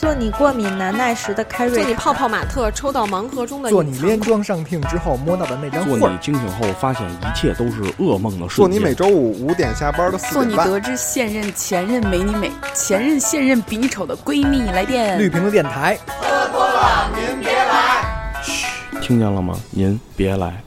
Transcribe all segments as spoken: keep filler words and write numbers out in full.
做你过敏难耐时的开瑞， 做你泡泡玛特抽到盲盒中的， 做你连装上听之后摸到的那张画，做你惊醒后发现一切都是噩梦的瞬间， 做你每周五五点下班的四点半， 做你得知现任前任没你美，前任现任比你丑的闺蜜来电。 绿屏的电台， 喝多了您别来。 嘘，听见了吗？您别来。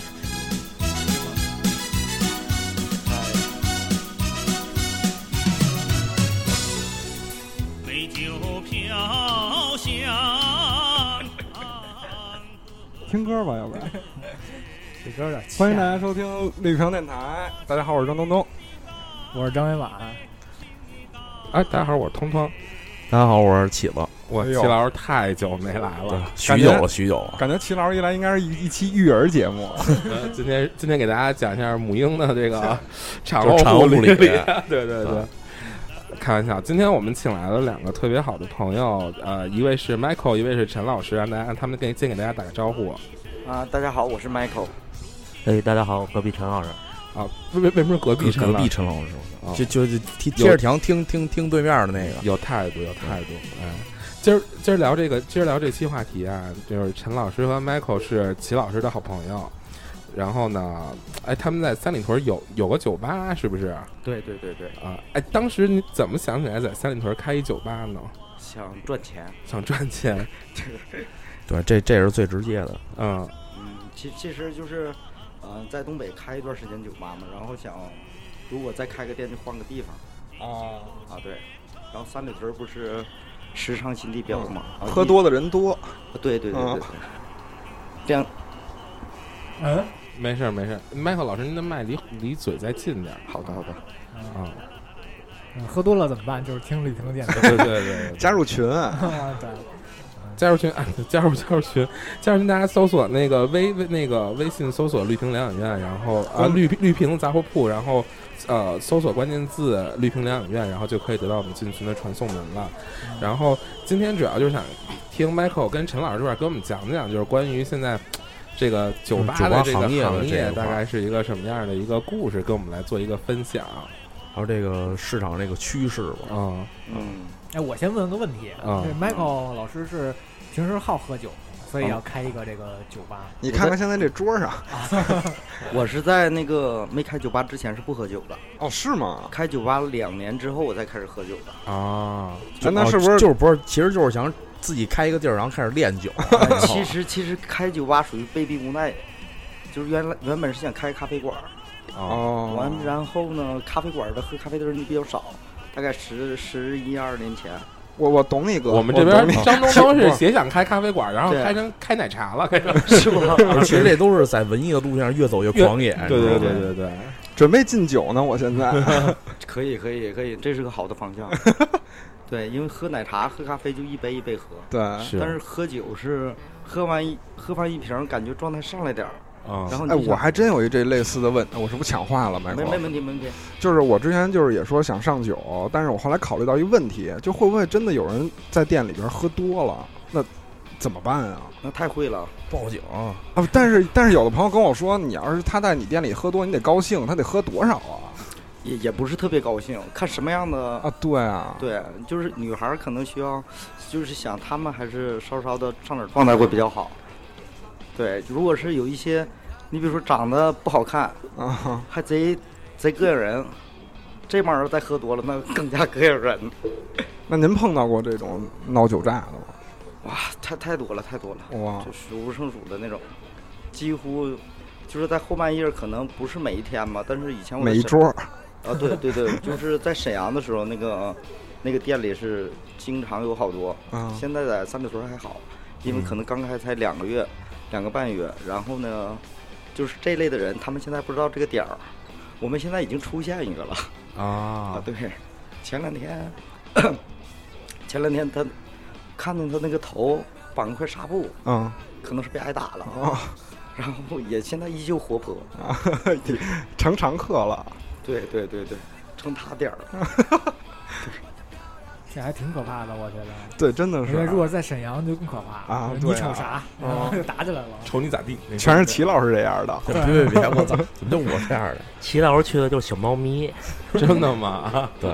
听歌吧，要不然这歌有点。 欢迎大家收听绿屏电台。大家好，我是张东东， 我是张伟马。 哎，大家好，我是通通。 大家好，我是起子。 我齐老师太久没来了， 许久了，许久了。 感觉齐老师一来应该是一一期育儿节目。 今天今天给大家讲一下母婴的这个产后产后护理。 对对对。开玩笑，今天我们请来了两个特别好的朋友，呃，一位是 Michael， 一位是陈老师，让大家让他们给先给大家打个招呼。 啊，大家好，我是 Michael。 哎，大家好，隔壁陈老师。 啊，为为为什么是隔壁陈隔壁陈老师？ 啊、 就就就贴贴着墙听听听对面的那个， 有态度，有态度。哎，今儿今儿聊这个，今儿聊这期话题啊，就是陈老师和 Michael 是齐老师的好朋友。然后呢，哎，他们在三里屯有有个酒吧，是不是？ 对对对对啊！哎，当时你怎么想起来在三里屯开一酒吧呢？ 想赚钱， 想赚钱。 对，这这是最直接的。 嗯嗯，其其实就是，呃，在东北开一段时间酒吧嘛，然后想，如果再开个店就换个地方。 啊啊对，然后三里屯不是时尚新地标嘛、 嗯，喝多的人多。 对对对对对。嗯、这样。 嗯。 没事没事 ，Michael 老师，您的麦离离嘴再近点。 好的好的。 啊、 嗯，喝多了怎么办？就是听绿屏电台。 对对 对, 对, 对， 加入群。 对， 加入群啊，加入加入群，加入群，大家搜索那个微微那个微信搜索绿屏疗养院，然后啊绿绿屏杂货铺，然后呃搜索关键字绿屏疗养院，然后就可以得到我们进群的传送门了。嗯、然后今天主要就是想听 Michael 跟陈老师这边给我们讲讲，就是关于现在。这个酒吧的这个行业大概是一个什么样的一个故事，跟我们来做一个分享， 还有这个市场这个趋势吧。 嗯嗯， 哎，我先问个问题啊， 这 Michael 老师是平时好喝酒，所以要开一个这个酒吧。 嗯、你看看现在这桌上， 我是在那个没开酒吧之前是不喝酒的。 哦，是吗？ 开酒吧两年之后我才开始喝酒的。 啊， 那是不是、 哦、就是不是？其实就是想。自己开一个地儿，然后开始练酒。 其实其实开酒吧属于被逼无奈，就是原来原本是想开咖啡馆， 哦， 完然后呢，咖啡馆的喝咖啡的人就比较少，大概十十一二年前。 我我懂你哥， 我们这边张东东是也想开咖啡馆，然后开成开奶茶了，开成是吧？ 其实这都是在文艺的路上越走越狂野。 对对对对对， 准备禁酒呢，我现在。 可以可以可以，这是个好的方向。对，因为喝奶茶、喝咖啡就一杯一杯喝。 对， 是。 但是喝酒是喝完一喝完一瓶，感觉状态上来点儿。 啊、 嗯，然后哎，我还真有一这类似的问，我是不是抢话了，麦克？ 没没问题，没问题。 就是我之前就是也说想上酒，但是我后来考虑到一个问题，就会不会真的有人在店里边喝多了，那怎么办啊？ 那太会了， 报警啊！ 啊，但是但是有的朋友跟我说，你要是他在你店里喝多，你得高兴，他得喝多少啊？ 也也不是特别高兴，看什么样的啊？对啊， 对，就是女孩可能需要，就是想他们还是稍稍的上点状态会比较好。对，如果是有一些，你比如说长得不好看啊， 还贼贼膈应人，这帮人再喝多了，那更加膈应人。 那您碰到过这种闹酒炸的吗？ 哇，太太多了，太多了， 哇， 就数不胜数的那种，几乎就是在后半夜，可能不是每一天吧，但是以前我每一桌。 啊，对对对，就是在沈阳的时候，那个那个店里是经常有好多。 啊， 现在在三里屯还好，因为可能刚开才两个月，嗯、两个半月。然后呢，就是这类的人，他们现在不知道这个点儿，我们现在已经出现一个了。 啊, 啊，对，前两天，前两天他看见他那个头绑一块纱布， 嗯， 可能是被挨打了。 啊， 然后也现在依旧活泼， 啊，成常客了。 对对对对，成他点儿了。 这还挺可怕的，我觉得。 对，真的是。 因为如果在沈阳就更可怕啊！ 你瞅啥，然后就打起来了。 瞅你咋地？ 全是齐老师这样的。 别别别！我操，怎么就我这样的？ 齐老师去的就是小猫咪， 真的吗？ 对。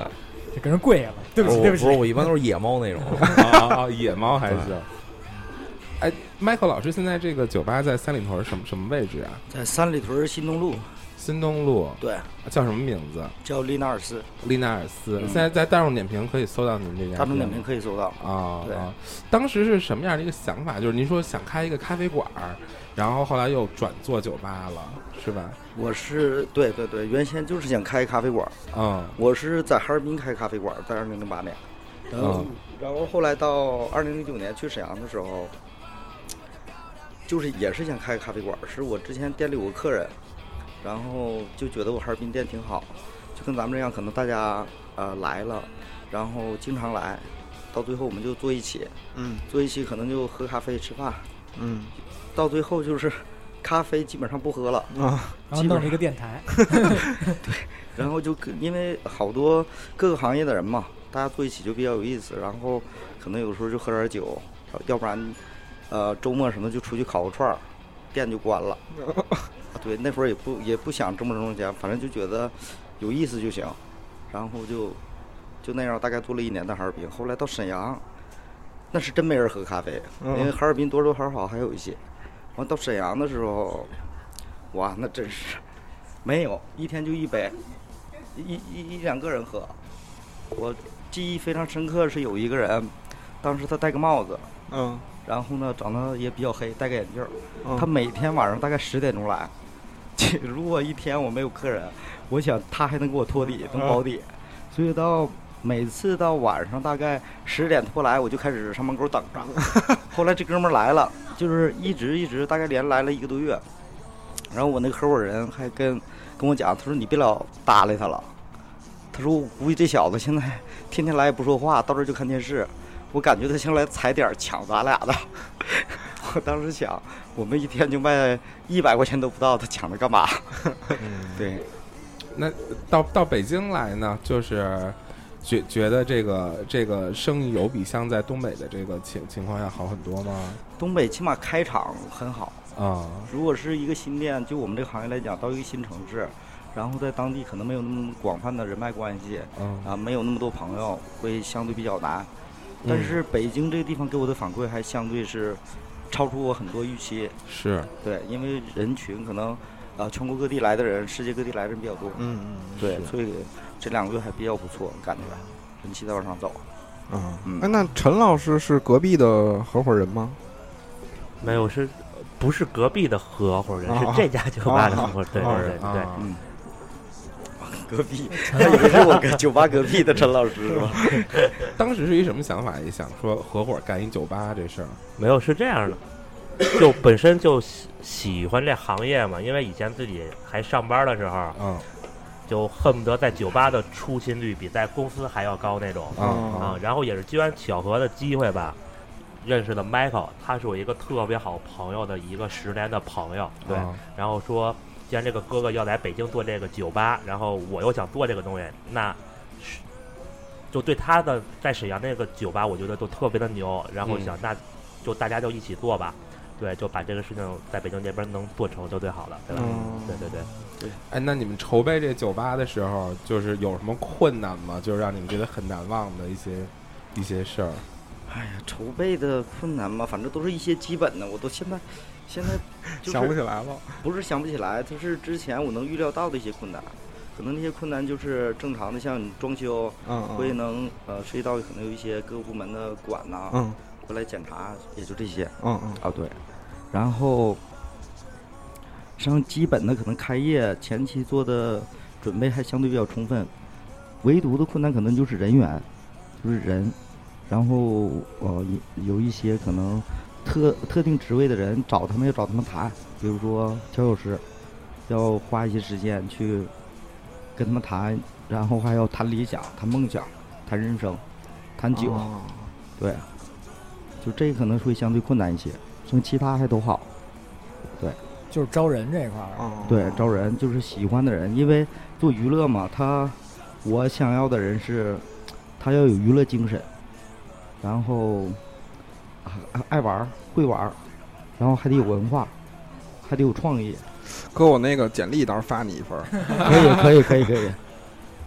就跟人跪下了。对不起， 我对不起。 不是，我一般都是野猫那种。 啊啊，野猫还行。哎，Michael 老师，现在这个酒吧在三里屯什么什么位置啊？ 在三里屯新东路。 新东路。 对。 叫什么名字？ 叫利纳尔斯。 利纳尔斯。 嗯、 现在在大众点评可以搜到您这家。 大众点评可以搜到。 啊， 对啊。当时是什么样的一个想法？就是您说想开一个咖啡馆，然后后来又转做酒吧了，是吧？ 我是对对对，原先就是想开咖啡馆。 嗯。 我是在哈尔滨开咖啡馆，在二零零八年。然后、嗯，然后后来到二零零九年去沈阳的时候，就是也是想开咖啡馆，是我之前店里有个客人，然后就觉得我哈尔滨店挺好，就跟咱们这样，可能大家呃来了，然后经常来，到最后我们就坐一起， 嗯， 坐一起可能就喝咖啡吃饭， 嗯， 到最后就是咖啡基本上不喝了啊， 然后弄了一个电台， 对，然后就因为好多各个行业的人嘛。大家坐一起就比较有意思，然后可能有时候就喝点酒，要不然，呃，周末什么就出去烤个串儿，店就关了。对，那会儿也不也不想挣不挣钱，反正就觉得有意思就行，然后就就那样大概做了一年的哈尔滨。后来到沈阳，那是真没人喝咖啡，因为哈尔滨多多少少还有一些。完到沈阳的时候，哇，那真是没有，一天就一杯，一一一两个人喝。我记忆非常深刻，是有一个人，当时他戴个帽子， 嗯， 然后呢长得也比较黑，戴个眼镜， 嗯、 他每天晚上大概十点钟来。如果一天我没有客人，我想他还能给我托底，能保底。嗯、所以到每次到晚上大概十点多来，我就开始上门口等着。后来这哥们儿来了，就是一直一直大概连来了一个多月。然后我那个合伙人还跟跟我讲，他说你别老搭理他了。他说我估计这小子现在天天来也不说话，到这就看电视，我感觉他像来踩点抢咱俩的。我当时想，我们一天就卖一百块钱都不到，他抢着干嘛？ 嗯， 对。 那到到北京来呢，就是觉觉得这个这个生意有比像在东北的这个情情况下好很多吗？ 东北起码开场很好啊。 如果是一个新店，就我们这个行业来讲，到一个新城市。然后在当地可能没有那么广泛的人脉关系， 嗯、 啊，没有那么多朋友，会相对比较难。但是北京这个地方给我的反馈还相对是超出我很多预期。 是， 对，因为人群可能啊全国各地来的人，世界各地来的人比较多。 嗯嗯。 对，所以这两个月还比较不错，感觉人气在往上走。 啊， 嗯。 哎，那陈老师是隔壁的合伙人吗？ 没有，是不是隔壁的合伙人？ 啊、 是这家酒吧的合伙人。对对对对， 嗯。隔壁，他以为是我跟酒吧隔壁的陈老师是吧？ 当时是一什么想法？一想说合伙干一酒吧这事儿， 没有，是这样的，就本身就喜喜欢这行业嘛，因为以前自己还上班的时候， 嗯， 就恨不得在酒吧的出勤率比在公司还要高那种， 嗯啊，然后也是机缘巧合的机会吧，认识了 Michael， 他是我一个特别好朋友的一个十年的朋友，对， 嗯、 然后说。既然这个哥哥要来北京做这个酒吧，然后我又想做这个东西，那就对他的在沈阳那个酒吧，我觉得都特别的牛。然后想，那就大家就一起做吧，对，就把这个事情在北京这边能做成就最好了，对吧？ 嗯、 对对对对。 哎，那你们筹备这酒吧的时候，就是有什么困难吗？就是让你们觉得很难忘的一些一些事儿。 哎呀，筹备的困难嘛，反正都是一些基本的，我都现在。现在、就是、 想不起来了， 不是想不起来，就是之前我能预料到的一些困难，可能那些困难就是正常的，像你装修， 嗯， 会能呃涉及到可能有一些各个部门的管呐、啊， 嗯， 过来检查，也就这些， 嗯嗯， 啊对，然后像基本的可能开业前期做的准备还相对比较充分，唯独的困难可能就是人员，就是人，然后呃有一些可能。特特定职位的人找他们要找他们谈，比如说调酒师，要花一些时间去跟他们谈，然后还要谈理想、谈梦想、谈人生、谈酒， 哦、 对，就这可能会相对困难一些，剩其他还都好。对， 就是招人这块儿、 哦， 对，招人就是喜欢的人，因为做娱乐嘛，他我想要的人是，他要有娱乐精神，然后。爱玩会玩，然后还得有文化，还得有创意。 哥，我那个简历到时候发你一份。 可以可以可以可以。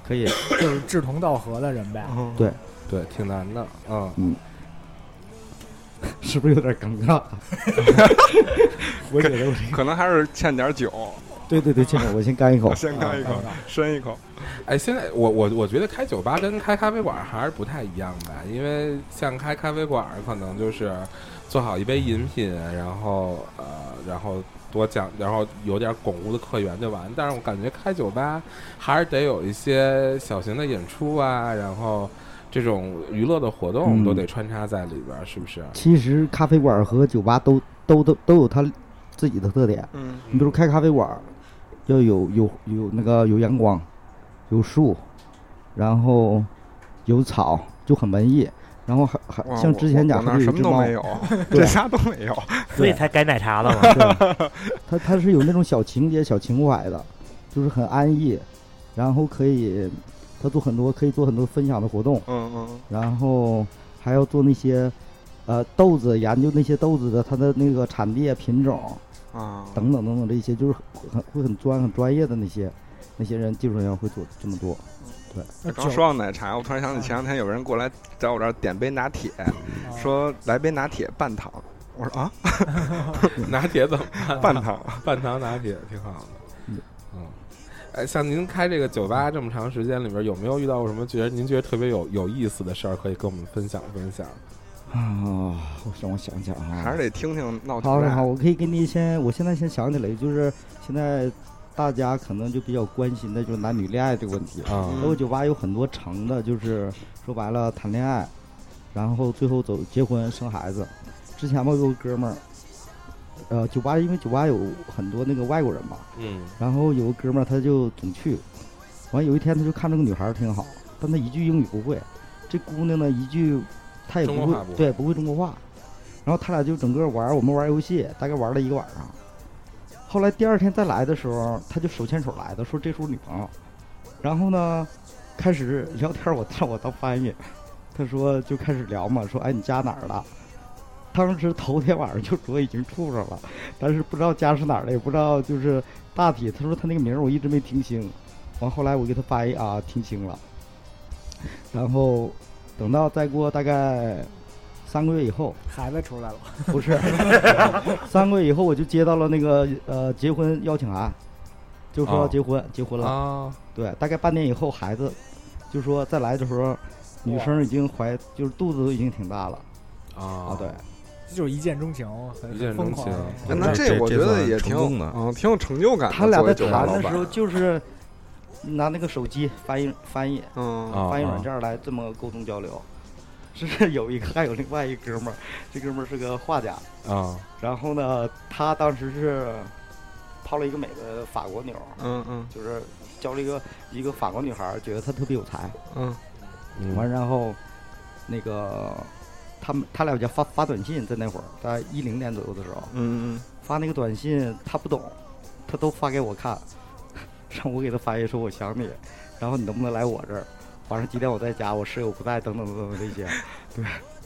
可以， 就是志同道合的人呗。 对对，挺难的，嗯嗯，是不是有点尴尬？我觉得我这可能还是欠点酒。 对对对，欠点，我先干一口， 先干一口，深一口。 哎，现在我我我觉得开酒吧跟开咖啡馆还是不太一样的，因为像开咖啡馆可能就是做好一杯饮品，然后呃，然后多讲，然后有点巩固的客源就完。但是我感觉开酒吧还是得有一些小型的演出啊，然后这种娱乐的活动都得穿插在里边，嗯、是不是？ 其实咖啡馆和酒吧都都都都有它自己的特点。 嗯， 你比如开咖啡馆，要有有有那个有阳光，有树，然后有草，就很文艺。然后还还像之前讲， 那什么都没有，这啥都没有， 所以才改奶茶了嘛。 它它是有那种小情节、小情怀的，就是很安逸，然后可以他做很多可以做很多分享的活动， 嗯嗯， 然后还要做那些呃豆子，研究那些豆子的它的那个产地品种啊等等等等这些，就是很会很专很专业的那些那些人技术人员会做这么多。对， 刚说到奶茶，我突然想起前两天有人过来在我这儿点杯拿铁，说来杯拿铁半糖。我说啊， 拿铁怎么办？ 半糖， 半糖拿铁挺好的。嗯，哎，像您开这个酒吧这么长时间里边，有没有遇到过什么觉得您觉得特别有有意思的事儿，可以跟我们分享分享？ 啊，让我想想啊， 还是得听听闹好好，我可以给你先，我现在先想起来，就是现在。大家可能就比较关心的就是男女恋爱这个问题啊。包括酒吧有很多成的，就是说白了谈恋爱，然后最后走结婚生孩子。之前吧有个哥们儿，呃，酒吧因为酒吧有很多那个外国人嘛， 嗯， 然后有个哥们儿他就总去，完有一天他就看这个女孩挺好，但他一句英语不会，这姑娘呢一句他也不会，对，不会中国话，然后他俩就整个玩，我们玩游戏，大概玩了一个晚上。后来第二天再来的时候，他就手牵手来的，说这是我女朋友。然后呢，开始聊天，我让我当翻译。他说就开始聊嘛，说哎你家哪儿的？当时头天晚上就说已经处上了，但是不知道家是哪儿的，也不知道就是大体。他说他那个名我一直没听清，完后来我给他翻译啊，听清了。然后等到再过大概。三个月以后， 孩子出来了， 不是，三个月以后我就接到了那个呃结婚邀请函，就说要结婚，哦、结婚了啊。 对，大概半年以后，孩子就说再来的时候，女生已经怀，就是肚子都已经挺大了啊。啊，对， 这就是一见钟情， 一见钟情。 那这我觉得也挺的， 嗯，挺有成就感的。 他俩在谈的时候就是拿那个手机翻译翻译， 嗯， 翻译软件来这么沟通交流。是有一个，还有另外一个哥们儿，这哥们儿是个画家啊。 然后呢，他当时是泡了一个美的法国妞， 嗯嗯， 就是交了一个一个法国女孩，觉得她特别有才， 嗯， 完然后那个他们他俩家发发短信，在那会儿在一零年左右的时候， 嗯嗯， 发那个短信他不懂，他都发给我看，让我给他翻译说我想你，然后你能不能来我这儿？晚上几点我在家，我室友不在，等等等等这些，对。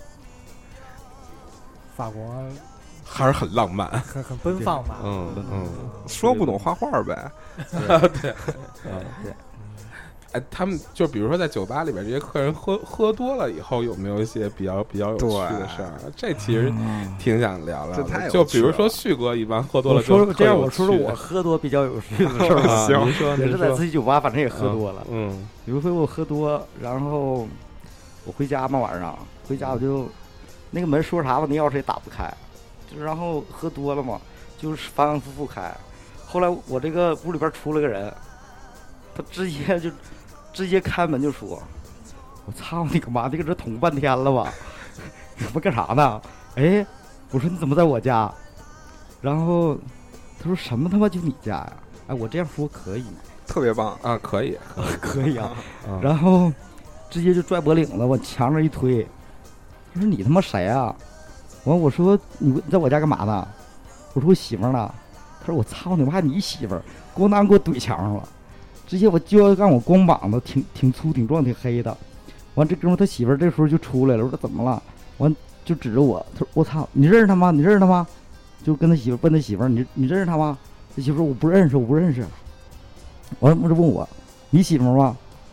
法国还是很浪漫， 很很奔放吧？ 嗯嗯， 说不懂画画呗。 对对，嗯对。哎，他们就比如说在酒吧里边，这些客人喝喝多了以后，有没有一些比较比较有趣的事儿？这其实挺想聊聊的。就比如说旭哥一般喝多了就这样，我说说我喝多比较有趣的事儿吧。 行，您说， 也是在自己酒吧，反正也喝多了。 嗯， 有一回我喝多，然后我回家嘛，晚上回家我就那个门说啥吧，那钥匙也打不开，就然后喝多了嘛，就是反反复复开。后来我这个屋里边出了个人，他直接就。直接开门就说：“我操你个妈！你搁这捅半天了吧？你们干啥呢？”哎，我说你怎么在我家？然后他说什么他妈就你家呀？哎，我这样说可以吗？ 特别棒啊，可以， 可以啊。然后直接就拽脖领子往墙上一推，他说你他妈谁啊？完我说你在我家干嘛呢？我说我媳妇呢。他说我操你妈你媳妇儿，咣当给我怼墙上了。直接我就要让我光膀子，挺挺粗、挺壮、挺黑的。完，这哥们他媳妇儿这时候就出来了，我说怎么了？完就指着我，他说我操，你认识他吗？你认识他吗？就跟他媳妇问他媳妇儿，你你认识他吗？他媳妇说我不认识，我不认识。完，我就问我，你媳妇吗？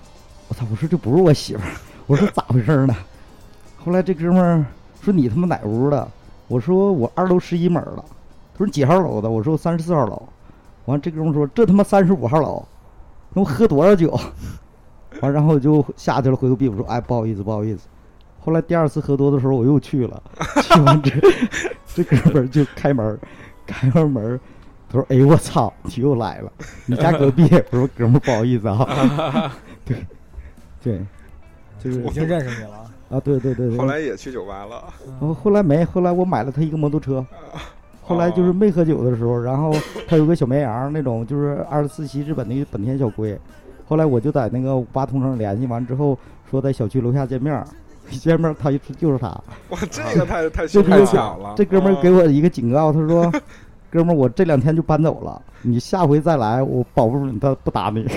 我操！我说这不是我媳妇儿，我说咋回事呢？后来这哥们儿说你他妈哪屋的？我说我二楼十一门了。他说几号楼的？我说我三十四号楼。完这哥们儿说这他妈三十五号楼，那我喝多少酒？完然后我就下去了，回头避我说哎不好意思不好意思。后来第二次喝多的时候我又去了，去完这这哥们儿就开门，开完门。他说：“哎呦我操，你又来了！你家隔壁。”我说：“哥们儿，不好意思啊。”对，对，就是已经认识你了啊！对对对对。 后来也去酒吧了。 哦，后来没，后来我买了他一个摩托车。后来就是没喝酒的时候，然后他有个小绵羊那种，就是二十四系日本的本田小龟。后来我就在那个五八同城联系完之后，说在小区楼下见面。一见面他就就是他。 哇，这个太太太巧了！ 这哥们儿给我一个警告，他说。哥们儿，我这两天就搬走了，你下回再来，我保不住你，他不打你。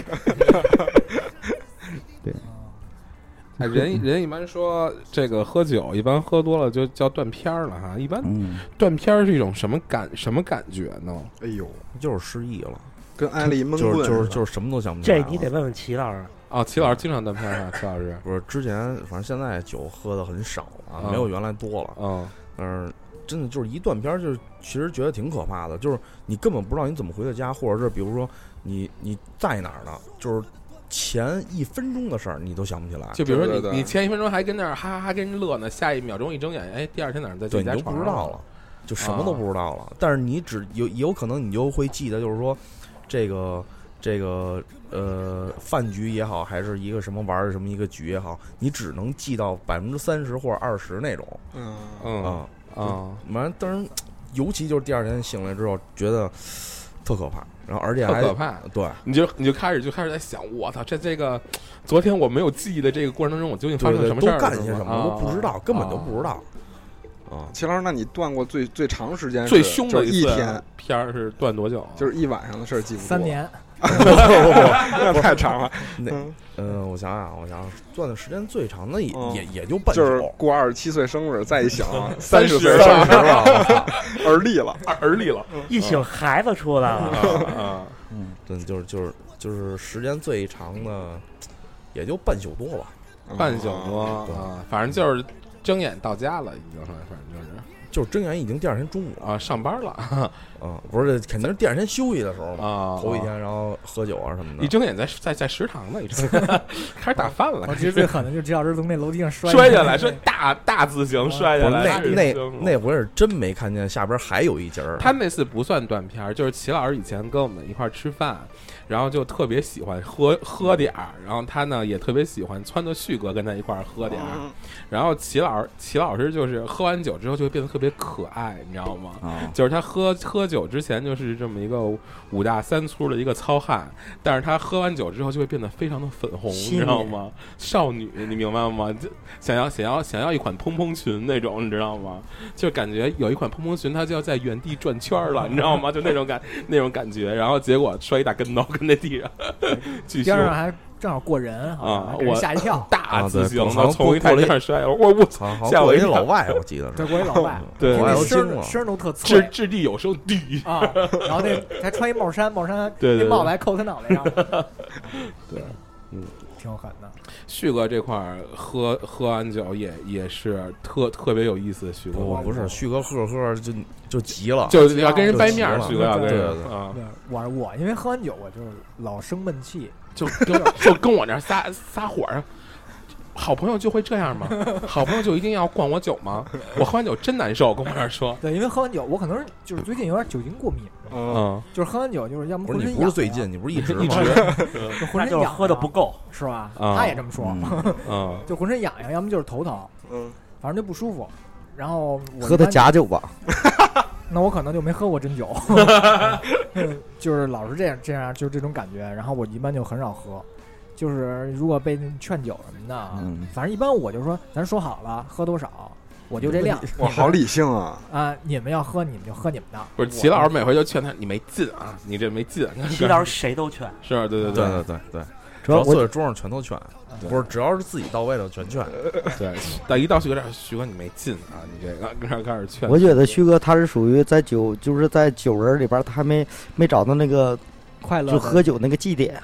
对， 哎，人人一般说这个喝酒，一般喝多了就叫断片儿了哈。一般断片儿是一种什么感什么感觉呢？ 哎呦， 就是失忆了， 跟艾丽闷棍， 就是就是就是什么都想不起来。 这你得问问齐老师。 哦，齐老师经常断片儿啊，齐老师不是之前，反正现在酒喝的很少啊，没有原来多了。 嗯， 但是。真的就是一断片儿，就是其实觉得挺可怕的，就是你根本不知道你怎么回的家，或者是比如说你你在哪儿呢，就是前一分钟的事儿你都想不起来。 就比如说你你前一分钟还跟那儿哈哈哈跟人乐呢，下一秒钟一睁眼，哎，第二天哪儿在自己家床上， 对，你就不知道了，就什么都不知道了。啊、但是你只有有可能你就会记得，就是说这个这个呃饭局也好，还是一个什么玩的什么一个局也好，你只能记到百分之三十或者二十那种。 嗯嗯。 啊啊， 完、嗯，当然，尤其就是第二天醒来之后，觉得特可怕，然后而且还特可怕。 对， 你就你就开始就开始在想，我操，这这个昨天我没有记忆的这个过程当中，我究竟发生了什么事儿？ 都干些什么？ 啊、 我不知道，根本就不知道。啊， 齐老师，那你断过最最长时间最凶的一天片儿是断多久？ 就是一晚上的事儿，记不住。 三年。 那太长了。 那呃，我想想，我想想，断的时间最长的也、 嗯、 也也就半就就是过二十七岁生日，再一想三十岁生日了，而立了， 而立了， 一醒孩子出来了啊！ 嗯，对，就是就是就是时间最长的，也就半宿多吧， 半宿多啊，反正就是睁眼到家了，已经反正就是。 就是睁眼已经第二天中午啊，上班了啊，不是，肯定是第二天休息的时候嘛， 啊， 头一天然后喝酒啊什么的。 一睁眼在在在食堂呢，一睁开始打饭了。 我其实最狠的就是齐老师从那楼梯上摔摔下来，说大大字形摔下来。 那那那回是真没看见下边还有一截儿。 他那次不算断片儿，就是齐老师以前跟我们一块儿吃饭，然后就特别喜欢喝喝点儿，然后他呢也特别喜欢撺掇旭哥跟他一块儿喝点儿，然后齐老师齐老师就是喝完酒之后就会变得特别可爱，你知道吗？ 哦、 就是他喝喝酒之前就是这么一个五大三粗的一个糙汉，但是他喝完酒之后就会变得非常的粉红，你知道吗？少女，你明白吗？就想要想要想要一款蓬蓬裙那种，你知道吗？就感觉有一款蓬蓬裙，它就要在原地转圈了，你知道吗？就那种感那种感觉，然后结果摔一大跟头跟那地上， 边上还正好过人啊， 我吓一跳， 大字形的从一台阶上摔，我我操，吓我一老外，我记得是， 对，过一老外， 对， 声声都特脆， 掷掷地有声地啊，然后那还穿一帽衫，帽衫对那帽子还扣他脑袋上， 对，嗯， 挺狠的。 旭哥这块儿喝喝完酒也也是特特别有意思，旭哥， 我不是旭哥喝着喝着就就急了， 就要跟人掰面儿，旭哥要跟人啊， 我我因为喝完酒我就老生闷气。 就跟就跟我那儿撒撒火啊！好朋友就会这样吗？好朋友就一定要灌我酒吗？我喝完酒真难受，跟我那儿说。 对，因为喝完酒，我可能是就是最近有点酒精过敏。 嗯， 就是喝完酒，就是要么浑身痒。 不是最近，你不是一直一直就浑身痒， 喝的不够是吧？ 嗯、 他也这么说。 嗯， 就浑身痒痒，要么就是头疼， 嗯， 反正就不舒服。然后喝的假酒吧。 那我可能就没喝过真酒，就是老是这样这样，就是这种感觉。然后我一般就很少喝，就是如果被劝酒什么的， 嗯， 反正一般我就说，咱说好了喝多少，我就这量。 我好理性啊！ 啊，你们要喝，你们就喝你们的。 不是齐老师每回就劝他，你没劲啊，你这没劲。 齐老师谁都劝， 是，对对对对对对， 只要坐在桌上全都劝。不是，只要是自己到位的全劝。 对，但一到旭哥这儿，旭哥你没劲啊，你这个跟这开始劝。 我觉得旭哥他是属于在酒，就是在酒人里边，他还没没找到那个快乐， 就喝酒那个祭点。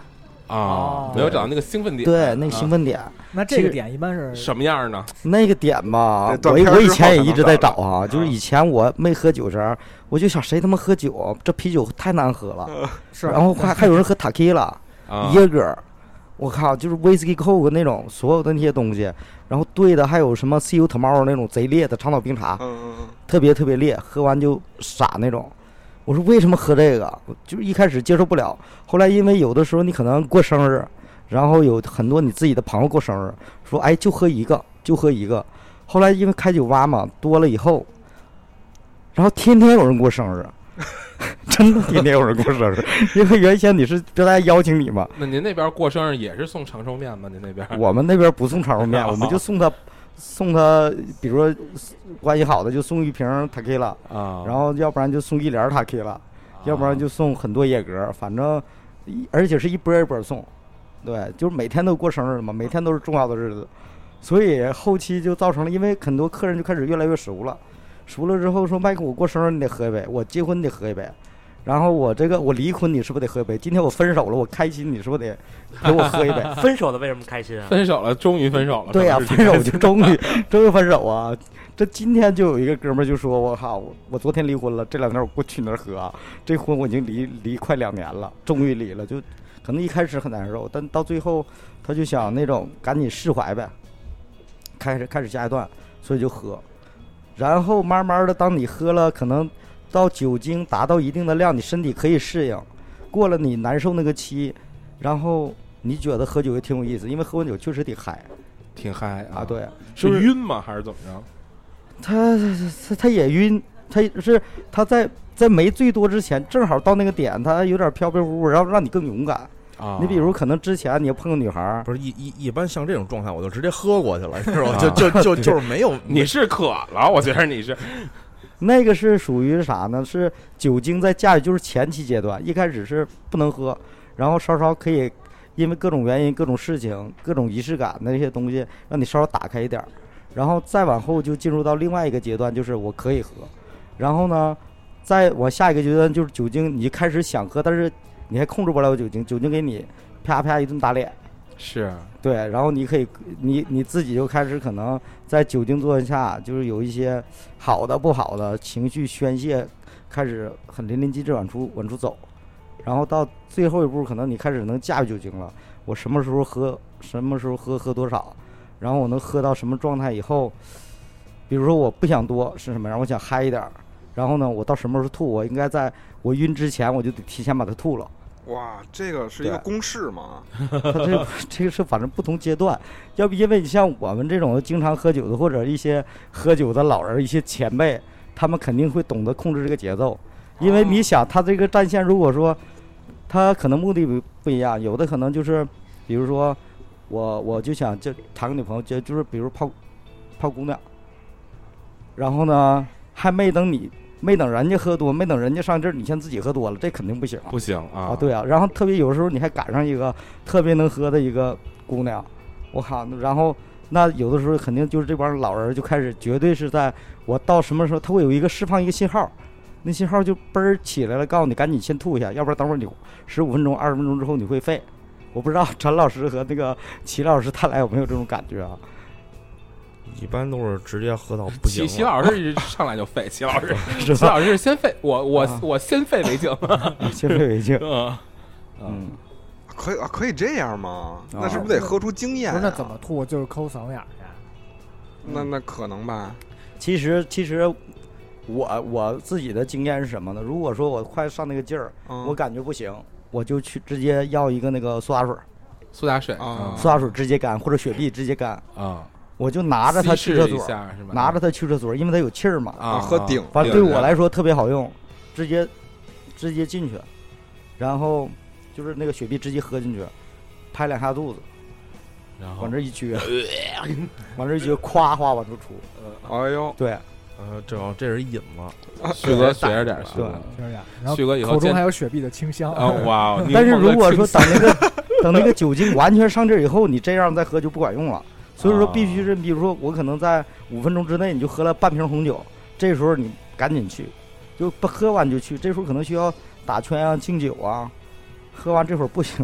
啊，没有找到那个兴奋点。 对，那个兴奋点。 那这个点一般是什么样呢？ 那个点吧，我我以前也一直在找啊，就是以前我没喝酒时，我就想谁他妈喝酒，这啤酒太难喝了。 是。 然后还还有人喝塔 Q 了，椰哥。我靠，就是 whisky coke 那种所有的那些东西，然后兑的还有什么 See You Tomorrow 那种贼烈的长岛冰茶， 嗯嗯特别特别烈，喝完就傻那种。我说为什么喝这个？就是一开始接受不了，后来因为有的时候你可能过生日，然后有很多你自己的朋友过生日，说哎就喝一个，就喝一个。后来因为开酒吧嘛，多了以后，然后天天有人过生日。真的天天有人过生日，因为原先你是别大家邀请你嘛。 那您那边过生日也是送长寿面吗？您那边？ 我们那边不送长寿面，我们就送他，送他，比如说关系好的就送一瓶塔 Q 了啊，然后要不然就送一帘塔 Q 了，要不然就送很多野格，反正而且是一波一波送，对，就是每天都过生日嘛，每天都是重要的日子，所以后期就造成了，因为很多客人就开始越来越熟了。熟了之后说麦克，我过生日你得喝一杯，我结婚你得喝一杯，然后我这个我离婚你是不是得喝一杯？今天我分手了，我开心你是不是得给我喝一杯？ 分手了为什么开心啊？ 分手了，终于分手了。 对呀、啊，分手就终于终于分手啊！这今天就有一个哥们就说：“我靠，我昨天离婚了，这两天我过去那儿喝啊，这婚我已经离离快两年了，终于离了。就可能一开始很难受，但到最后他就想那种赶紧释怀呗，开始开始下一段，所以就喝。”然后慢慢的，当你喝了，可能到酒精达到一定的量，你身体可以适应，过了你难受那个期，然后你觉得喝酒也挺有意思，因为喝完酒确实挺嗨， 挺嗨啊！ 对， 是晕吗？还是怎么着？ 他他他也晕，他是他在在没醉多之前，正好到那个点，他有点飘飘忽忽，然后让你更勇敢。啊，你比如可能之前你碰个女孩， 不是一一一般像这种状态，我就直接喝过去了，是吧？就就就就是没有， 你是渴了，我觉得你是， 那个是属于啥呢？是酒精在驾驭，就是前期阶段，一开始是不能喝，然后稍稍可以，因为各种原因、各种事情、各种仪式感的那些东西，让你稍稍打开一点，然后再往后就进入到另外一个阶段，就是我可以喝，然后呢，再往下一个阶段就是酒精，你开始想喝，但是你还控制不了酒精，酒精给你啪啪一顿打脸， 是对，然后你可以，你你自己就开始可能在酒精作用下，就是有一些好的不好的情绪宣泄，开始很淋漓尽致往出往出走，然后到最后一步，可能你开始能驾驭酒精了。我什么时候喝，什么时候喝，喝多少，然后我能喝到什么状态以后，比如说我不想多是什么，然后我想嗨一点，然后呢，我到什么时候吐，我应该在我晕之前，我就得提前把它吐了。 哇，这个是一个公式吗？ 它这这个是反正不同阶段，要不因为你像我们这种经常喝酒的，或者一些喝酒的老人、一些前辈，他们肯定会懂得控制这个节奏。因为你想，他这个战线，如果说他可能目的不不一样，有的可能就是，比如说我我就想就谈个女朋友，就就是比如泡泡姑娘，然后呢还没等你。没等人家喝多，没等人家上劲儿，你先自己喝多了，这肯定不行、啊。 不行啊！ 啊，对啊。然后特别有时候你还赶上一个特别能喝的一个姑娘，我靠！然后那有的时候肯定就是这帮老人就开始，绝对是在我到什么时候，他会有一个释放一个信号，那信号就嘣儿起来了，告诉你赶紧先吐一下，要不然等会儿你十五分钟、二十分钟之后你会废。我不知道陈老师和那个齐老师他俩有没有这种感觉啊？ 一般都是直接喝到不行。 齐齐老师上来就废，齐老师，齐老师是先废，我我、啊、我先废为敬， 先废为敬。 嗯嗯， 可以啊，可以这样吗？啊、那是不是得喝出经验、啊？ 不是，那怎么吐？就是抠嗓子眼去。 那那可能吧。 其实其实我我自己的经验是什么呢？如果说我快上那个劲儿、嗯，我感觉不行，我就去直接要一个那个苏打水， 苏打水啊，苏打水直接干，或者雪碧直接干啊。 我就拿着它去厕所，拿着它去厕所，因为它有气儿嘛。 啊，喝顶， 反正对我来说特别好用，直接直接进去，然后就是那个雪碧直接喝进去，拍两下肚子， 然后往这一撅，往这一撅，咵咵往出出。 哎呦， 对， 呃，正好这是引子。 旭哥学着点，旭哥， 学着点。然后旭哥以后口中还有雪碧的清香。 啊哇！ 但是如果说等那个等那个酒精完全上劲以后，你这样再喝就不管用了。所以说必须是，比如说我可能在五分钟之内你就喝了半瓶红酒，这时候你赶紧去，就不喝完就去。这时候可能需要打拳啊、敬酒啊，喝完这会儿不行了，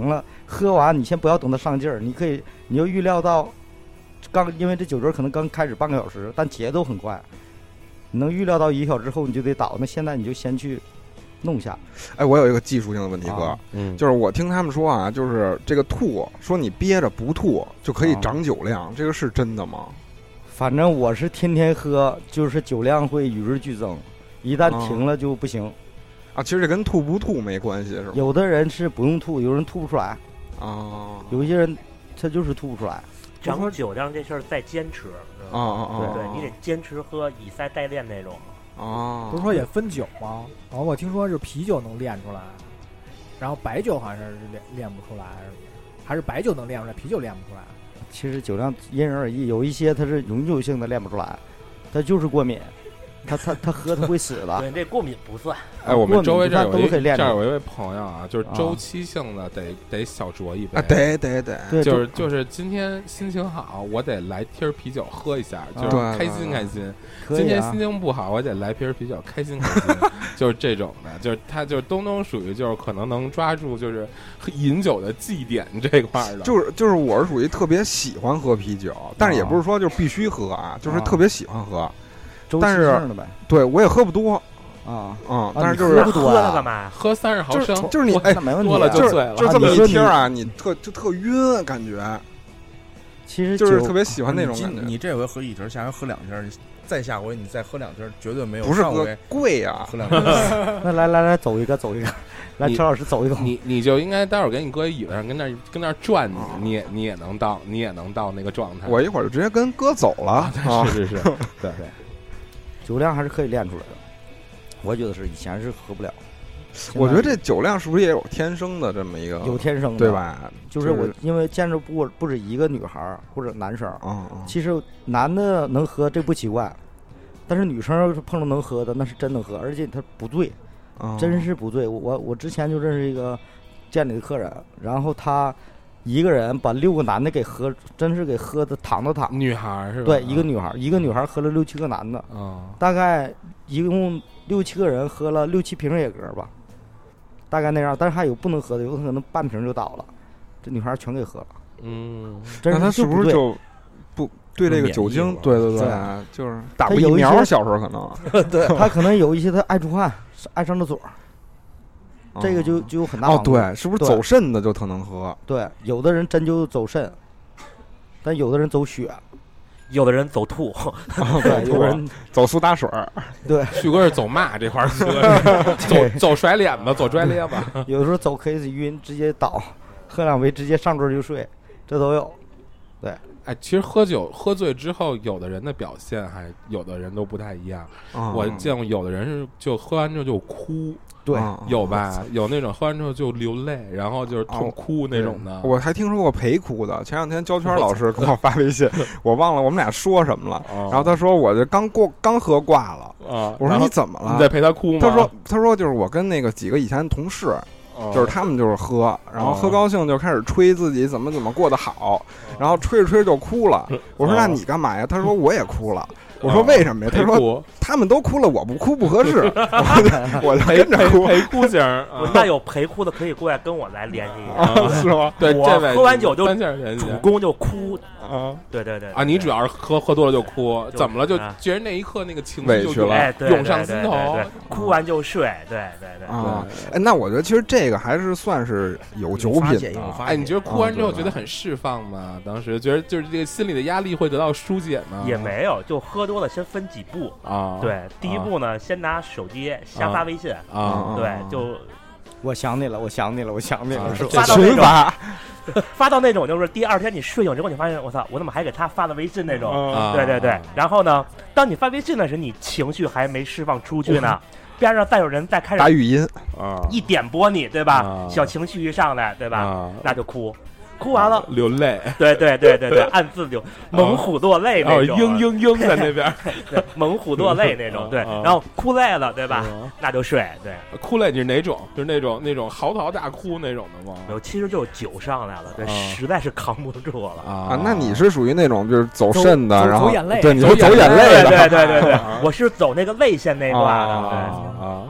喝完你先不要等它上劲儿，你可以你就预料到刚因为这酒桌可能刚开始半个小时，但节奏很快，你能预料到一个小时后你就得倒，那现在你就先去弄一下。 哎，我有一个技术性的问题，哥， 啊嗯，就是我听他们说啊，就是这个吐，说你憋着不吐就可以长酒量，啊、这个是真的吗？ 反正我是天天喝，就是酒量会与日俱增，一旦停了就不行。 啊啊，其实这跟吐不吐没关系，是吧？ 有的人是不用吐，有人吐不出来。 啊， 有一些人他就是吐不出来。 长酒量这事儿再坚持。 啊啊啊！ 对对，你得坚持喝，以赛代练那种。 哦， 不是说也分酒吗？然后我听说是啤酒能练出来，然后白酒好像是练练不出来，还是白酒能练出来，啤酒练不出来。 其实酒量因人而异，有一些它是永久性的练不出来，它就是过敏，他他他喝他会死的。 对，这过敏不算。 哎，我们周围这儿有一这儿有一位朋友啊，就是周期性的得得小酌一杯啊，得得得， 就是就是今天心情好，我得来瓶啤酒喝一下，就是开心开心。今天心情不好，我得来瓶啤酒开心开心，就是这种的，就是他就是东东属于就是可能能抓住就是饮酒的祭点这块的。 就是就是我是属于特别喜欢喝啤酒，但是也不是说就必须喝啊，就是特别喜欢喝。但是对我也喝不多啊， 嗯，但是就是喝喝了干嘛？ 喝三十毫升， 就是你哎， 多了就醉了， 就这么一听啊，你特就特晕感觉。 其实就是特别喜欢那种感觉。 你这回喝一瓶，下回喝两瓶，再下回你再喝两瓶，绝对没有不是上回贵呀。 喝两瓶， 那来来来，走一个走一个，来陈老师走一个。 你你就应该待会儿给你搁椅子上，跟那跟那转你，你也你也能到，你也能到那个状态。 我一会儿就直接跟哥走了。 是是是，对对。 酒量还是可以练出来的，我觉得是以前是喝不了。 我觉得这酒量是不是也有天生的这么一个？ 有天生的， 对吧？ 就是我因为见着不不止一个女孩或者男生， 嗯嗯， 其实男的能喝这不奇怪，但是女生碰到能喝的那是真能喝，而且他不醉，真是不醉。我我之前就认识一个店里的客人，然后他一个人把六个男的给喝，真是给喝的躺到躺。 女孩是吧？ 对，一个女孩，一个女孩喝了六七个男的， 嗯， 大概一共六七个人喝了六七瓶野格吧，大概那样。但是还有不能喝的，有可能半瓶就倒了，这女孩全给喝了。 嗯， 那她是不是就不对这个酒精？对对对，就是打过疫苗，小时候可能。 对，她可能有一些她爱出汗，爱上厕所。这个就就有很大哦，对，是不是走肾的就特能喝？ 对，有的人真就走肾，但有的人走血， 有的人走吐， 对，有人走苏打水。 对， 旭哥是走骂这块儿，走走甩脸子，走拽咧子， 有的时候走可以晕，直接倒，喝两杯直接上桌就睡，这都有。对， 哎，其实喝酒喝醉之后，有的人的表现还有的人都不太一样。 嗯、 我见过有的人是就喝完之后就哭。 对， 有吧？有那种喝完之后就流泪，然后就是痛哭那种的。 哦、我还听说过陪哭的。前两天焦圈老师给我发微信，我忘了我们俩说什么了。 哦、 然后他说我这刚过刚喝挂了。 啊、 我说你怎么了？ 你在陪他哭吗？ 他说他说就是我跟那个几个以前同事。就是他们就是喝，然后喝高兴就开始吹自己怎么怎么过得好，然后吹着吹着就哭了。我说那你干嘛呀？他说我也哭了。我说为什么呀？他说他们都哭了，我不哭不合适。我就跟着哭， 陪哭型。 那有陪哭的可以过来跟我来联系一下，是吗？ 对， 我喝完酒就主攻就哭啊！ 对对对啊！你主要是喝喝多了就哭，怎么了？就觉得那一刻那个情绪就涌上心头， 哭完就睡。对对对啊！哎，那我觉得其实这个还是算是有酒品的。 哎，你觉得哭完之后觉得很释放吗？当时觉得就是这个心里的压力会得到疏解吗？ 也没有，就喝多了先分几步啊。 对，第一步呢，先拿手机瞎发微信啊。 对，就我想你了，我想你了，我想你了，是发到那种，发到那种就是第二天你睡醒之后，你发现我操，我怎么还给他发了微信那种？对对对。然后呢，当你发微信的时候，你情绪还没释放出去呢。边上再有人再开始打语音啊， 一点播你，对吧？小情绪一上来，对吧？那就哭，哭完了流泪， 对对对对对，暗自就猛虎落泪那种， 嘤嘤嘤在那边， 猛虎落泪那种，对。然后哭累了，对吧？那就睡，对。 哭累你是哪种？就是那种那种嚎啕大哭那种的吗？ 没有，其实就是酒上来了，对，实在是扛不住了啊。那你是属于那种就是走肾的，然后走眼泪， 对，你是走眼泪的， 对对对对，我是走那个泪腺那挂的，对啊。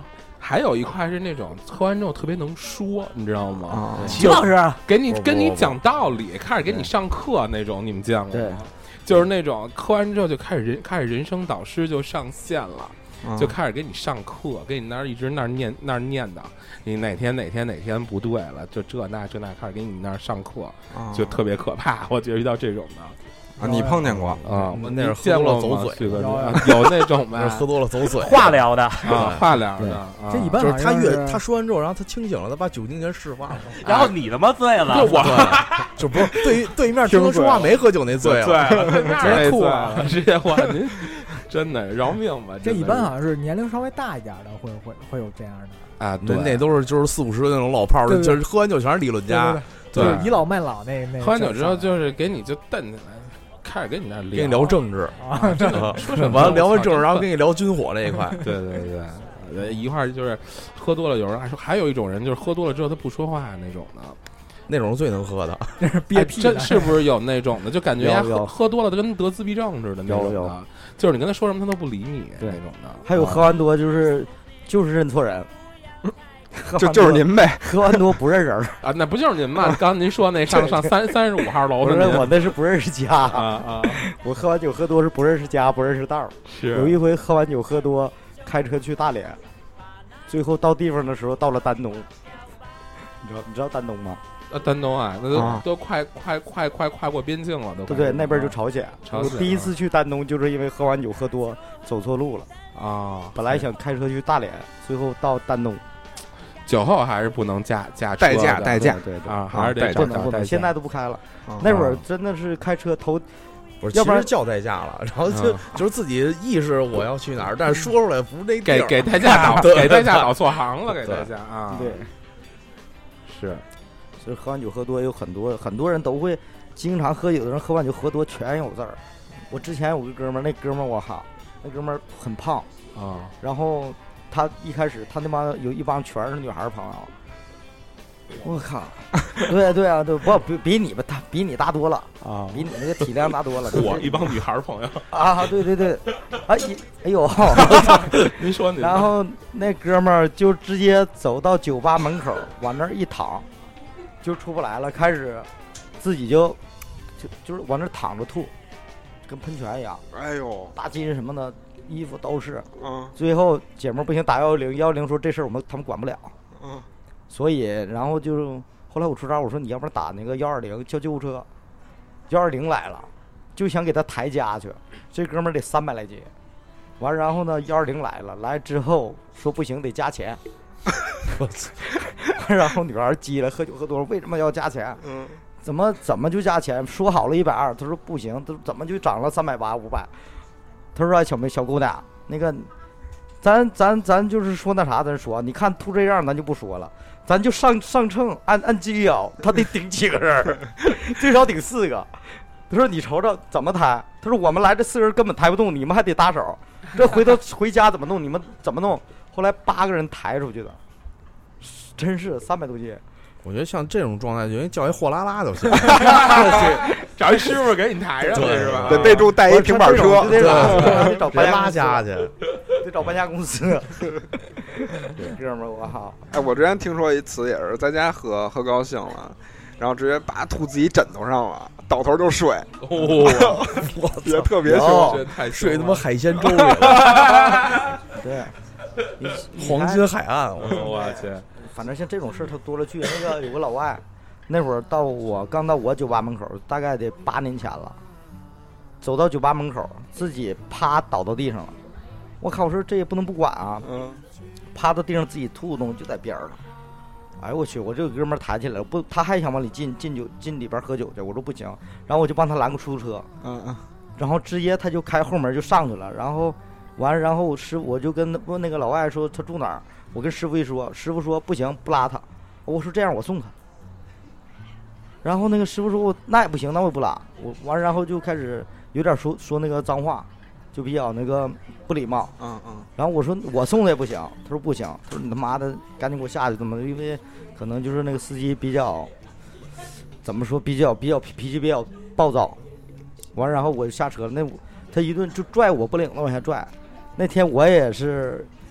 还有一块是那种喝完之后特别能说，你知道吗？ 齐老师给你跟你讲道理，开始给你上课那种，你们见过吗？就是那种喝完之后就开始人开始人生导师就上线了，就开始给你上课，给你那儿一直那儿念那儿念叨，你哪天哪天哪天不对了，就这那这那开始给你那儿上课，就特别可怕。我觉得遇到这种的。 啊，你碰见过啊？ 我那是喝多了走嘴， 有那种呗， 喝多了走嘴， 话聊的啊，话聊的。 这一般就是他越他说完之后，然后他清醒了，他把酒精全释放了， 然后你他妈醉了， 我就不是对对面听他说话没喝酒那醉了， 直接吐了， 直接话您真的饶命吧？ 这一般好像是年龄稍微大一点的会会会有这样的啊，对，那都是就是四五十的那种老炮儿，就是喝完酒全是理论家， 对，倚老卖老那那。 喝完酒之后就是给你就瞪起来。开始跟你那聊， 跟你聊政治啊， 真的说什么完了聊完政治，然后跟你聊军火那一块， 对对对，一块就是喝多了，有人还说还有一种人就是喝多了之后他不说话那种的， 那种是最能喝的， 那是憋屁， 真是不是有那种的，就感觉喝喝多了跟得自闭症似的那种的，就是你跟他说什么他都不理你那种的。 还有喝完多就是就是认错人。 就就是您呗， 喝完多不认人啊，那不就是您吗？刚刚您说那上上三三十五号楼， 不是我那是不认识家啊啊！ 我喝完酒喝多是不认识家，不认识道。 是有一回喝完酒喝多，开车去大连，最后到地方的时候到了丹东，你知道你知道丹东吗？ 啊，丹东啊，那都、啊、都快快快快跨过边境了，都对对，那边就朝鲜。 朝鲜我第一次去丹东就是因为喝完酒喝多走错路了啊， 本来想开车去大连，最后到丹东。 酒后还是不能驾驾车， 代驾代驾， 对对啊，还是得不能不能，现在都不开了。那会儿真的是开车头， 不是，要不然叫代驾了，然后就就是自己意识我要去哪儿，但是说出来不是那给给代驾导给代驾导错行了，给代驾啊， 对， 是， 所以喝完酒喝多有很多很多人都会经常喝酒的人喝完酒喝多全有字儿。我之前有个哥们儿，那哥们儿我哈，那哥们儿很胖啊， 然后。他一开始，他那帮有一帮全是女孩朋友，我靠，对对啊，对不比比你们大，比你大多了啊， 比你那个体量大多了。 我一帮女孩朋友啊，对对对，哎哎呦， 您说您。 然后那哥们儿就直接走到酒吧门口，往那儿一躺，就出不来了，开始自己就就就是往那儿躺着吐，跟喷泉一样。 哎呦， 大金什么的。衣服都是， 嗯， 最后姐们不行，打幺幺零，幺幺零说这事儿我们他们管不了， 嗯， 所以然后就后来我出招，我说你要不然打那个幺二零叫救护车，幺二零来了，就想给他抬家去，这哥们儿得三百来斤，完然后呢幺二零来了，来之后说不行得加钱，我操，然后女孩急了，喝酒喝多了为什么要加钱？ 嗯， 怎么怎么就加钱？说好了一百二，他说不行，他怎么就涨了三百八五百？他说：“小妹小姑娘，那个，咱咱咱就是说那啥，咱说，你看吐这样，咱就不说了，咱就上上秤，按按斤腰，他得顶几个人，最少顶四个。他说你瞅瞅怎么抬？他说我们来这四个人根本抬不动，你们还得搭手，这回头回家怎么弄？你们怎么弄？后来八个人抬出去的，真是三百多斤。” 我觉得像这种状态，就叫一货拉拉就行， 找一师傅给你抬上去是吧？ 得备注带一平板车， 得找搬拉家去， 得找搬家公司。这哥们儿，我靠！ 哎，我之前听说一次也是在家喝喝高兴了，然后直接把吐自己枕头上了，倒头就睡。 哦，我也特别凶， 睡他妈海鲜粥里了。 对， 黄金海岸，我我去。 反正像这种事儿他多了去。那个有个老外，那会儿到我刚到我酒吧门口，大概得八年前了。走到酒吧门口，自己啪倒到地上了。我靠！我说这也不能不管啊。 嗯。 趴到地上自己吐东西就在边儿了。哎呦我去！我这个哥们儿抬起来了，不，他还想往里进进酒进里边喝酒去。我说不行，然后我就帮他拦个出租车。 嗯嗯。 然后直接他就开后门就上去了，然后完，然后师傅我就跟问那个老外说他住哪儿。我跟师傅一说，师傅说不行，不拉他。我说这样我送他。然后那个师傅说那也不行，那我也不拉。我完，然后就开始有点说说那个脏话，就比较那个不礼貌。 嗯嗯。 然后我说我送的也不行，他说不行，他说你他妈的赶紧给我下去，怎么？因为可能就是那个司机比较怎么说，比较比较脾气比较暴躁。完，然后我就下车了，那他一顿就拽我不领子往下拽。那天我也是。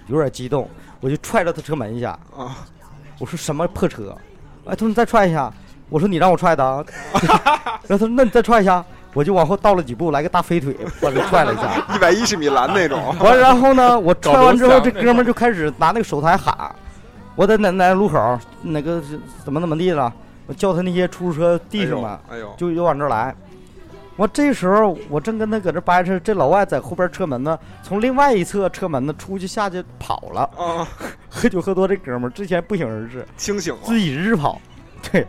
有点激动，我就踹了他车门一下啊， 我说什么破车？哎，他说你再踹一下，我说你让我踹的啊，然后他说那你再踹一下。我就往后倒了几步，来个大飞腿，把他踹了一下， 一百一十米栏那种。 完，然后呢，我踹完之后，这哥们就开始拿那个手台喊，我在哪哪路口，那个怎么怎么地了，我叫他那些出租车弟兄们， 哎呦， 就就往这儿来。我这时候我正跟他搁这掰扯，这老外在后边车门呢，从另外一侧车门呢出去下去跑了。 啊， 喝酒喝多这哥们儿之前不省人事， 清醒了， 自己日跑，对，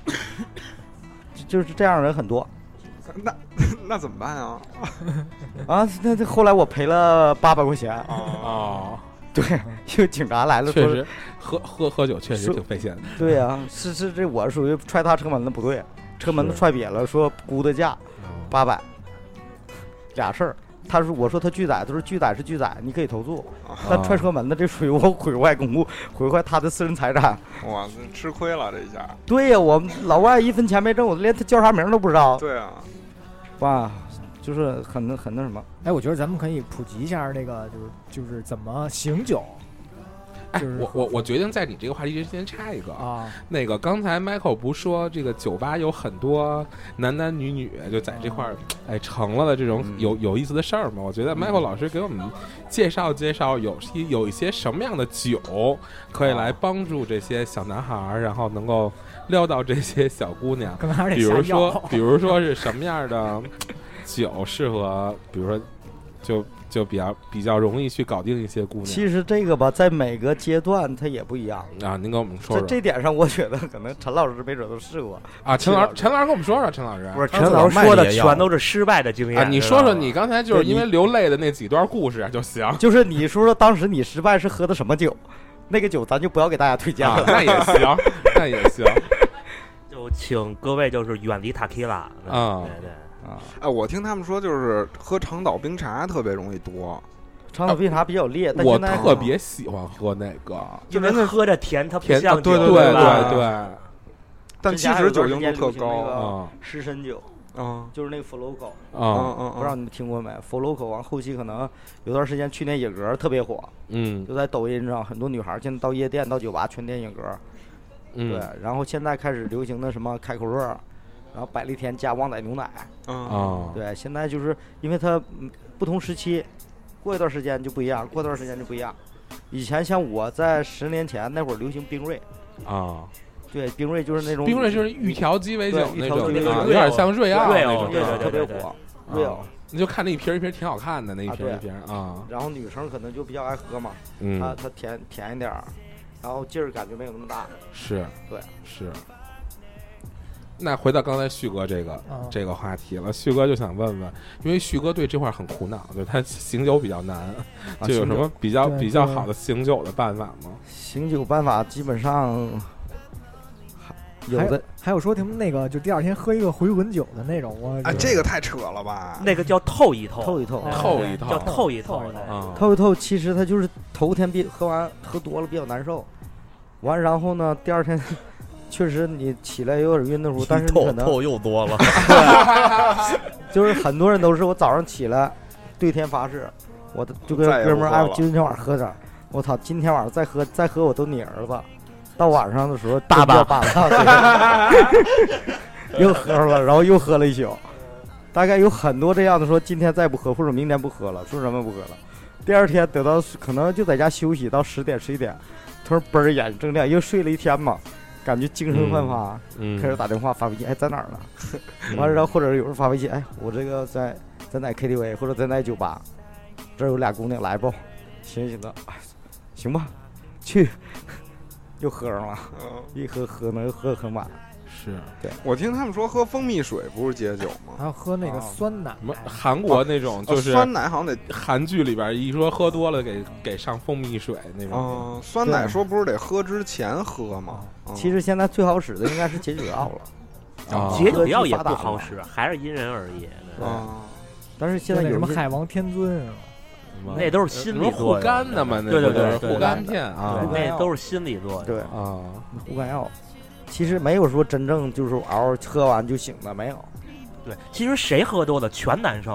就是这样的人很多。 那那怎么办啊？ 啊，那这后来我赔了八百块钱啊、 哦！ 对，因为警察来了， 确实喝喝喝酒确实挺费钱的。 对呀、啊，是是这我属于踹他车门的不对，车门子踹瘪了，说估的价八百，俩事儿。他说我说他拒载，他说拒载是拒载，你可以投诉。但踹车门的这属于我毁坏公物，毁坏他的私人财产。 哇，吃亏了这一下。 对呀、啊，我们老外一分钱没挣，我连他叫啥名都不知道。 对啊。 哇，就是很很那什么。 哎，我觉得咱们可以普及一下那个，就是就是怎么醒酒。 哎，我我我决定在你这个话题之前插一个啊， 那个刚才 Michael 不说这个酒吧有很多男男女女就在这块儿、嗯、哎成了的这种有有意思的事儿吗？我觉得 Michael 老师给我们介绍介绍有些有一些什么样的酒可以来帮助这些小男孩，然后能够撩到这些小姑娘，比如说比如说是什么样的酒适合，比如说就。就比较比较容易去搞定一些姑娘。 其实这个吧，在每个阶段它也不一样啊。您跟我们说说。 在这点上，我觉得可能陈老师没准都试过啊。陈老师，陈老师跟我们说说，陈老师。 不是陈老师说的全都是失败的经验啊。你说说你刚才就是因为流泪的那几段故事就行。 就是你说说当时你失败是喝的什么酒？那个酒咱就不要给大家推荐了。 啊、那也行，那也行。 就请各位就是远离塔 q 拉啊。 对对。 啊，哎，我听他们说，就是喝长岛冰茶特别容易多， 长岛冰茶比较烈， 啊、我特别喜欢喝那个， 因为喝着甜，它不甜， 像对对对对对。 但其实酒精度特高啊。湿身酒啊， 就是那个 Floco 啊啊， 不知道你们听过没 ？Floco 完后期可能有段时间去年野格特别火， 嗯， 就在抖音上，很多女孩现在到夜店、到酒吧全点野格， 嗯， 对，然后现在开始流行的什么开口乐。然后百利甜加旺仔牛奶， 啊， 对，现在就是因为它不同时期，过一段时间就不一样，过段时间就不一样。以前像我在十年前那会儿流行冰锐， 啊， 对，冰锐就是那种冰锐就是预调鸡尾酒那种， 啊， 有点像瑞奥那种， 对对，特别火，瑞奥。 你就看那一瓶一瓶挺好看的那一瓶一瓶啊。 然后女生可能就比较爱喝嘛， 嗯， 她她甜甜一点儿，然后劲儿感觉没有那么大。 是， 对， 是。那回到刚才旭哥这个、哦、这个话题了，旭哥就想问问，因为旭哥对这块很苦恼，就是他醒酒比较难，啊、就有什么比较比较好的醒酒的办法吗？ 醒酒办法基本上有的， 还有说他们那个就第二天喝一个回魂酒的那种，我啊，这个太扯了吧？ 那个叫透一透， 透一透， 透一透， 叫透一透啊， 透一透，其实他就是头天比喝完喝多了比较难受，完然后呢，第二天。确实，你起来有点晕的乎，但是你可能透又多了， 就是很多人都是我早上起来对天发誓，我的就跟哥们儿哎，今天晚上喝点，我操，今天晚上再喝再喝我都你儿子，到晚上的时候大把大把，又喝了，然后又喝了一宿，大概有很多这样的说，今天再不喝或者明天不喝了，说什么不喝了，第二天等到可能就在家休息到十点十一点，突然嘣儿眼睁亮，又睡了一天嘛。感觉精神焕发， 嗯嗯、 开始打电话发微信，哎，在哪儿呢？完了，然后或者有人发微信，哎，我这个在在哪 K T V 或者在哪酒吧，这有俩姑娘来不？行行的，哎，行吧，去，又喝上了，一喝喝能喝很晚。 是， 对， 我听他们说喝蜂蜜水不是解酒吗？ 还要喝那个酸奶， 什么韩国那种就是酸奶，好像得韩剧里边一说喝多了给给上蜂蜜水那种。 嗯，酸奶说不是得喝之前喝吗？ 其实现在最好使的应该是解酒药了， 啊， 解酒药也不好使，还是因人而异。 啊， 但是现在有什么海王天尊啊， 那都是心理作用， 护肝的嘛， 对对对， 护肝片啊， 那都是心理作用。 对啊， 护肝药。其实没有说真正就是嗷喝完就醒了，没有。 对，其实谁喝多了全难受，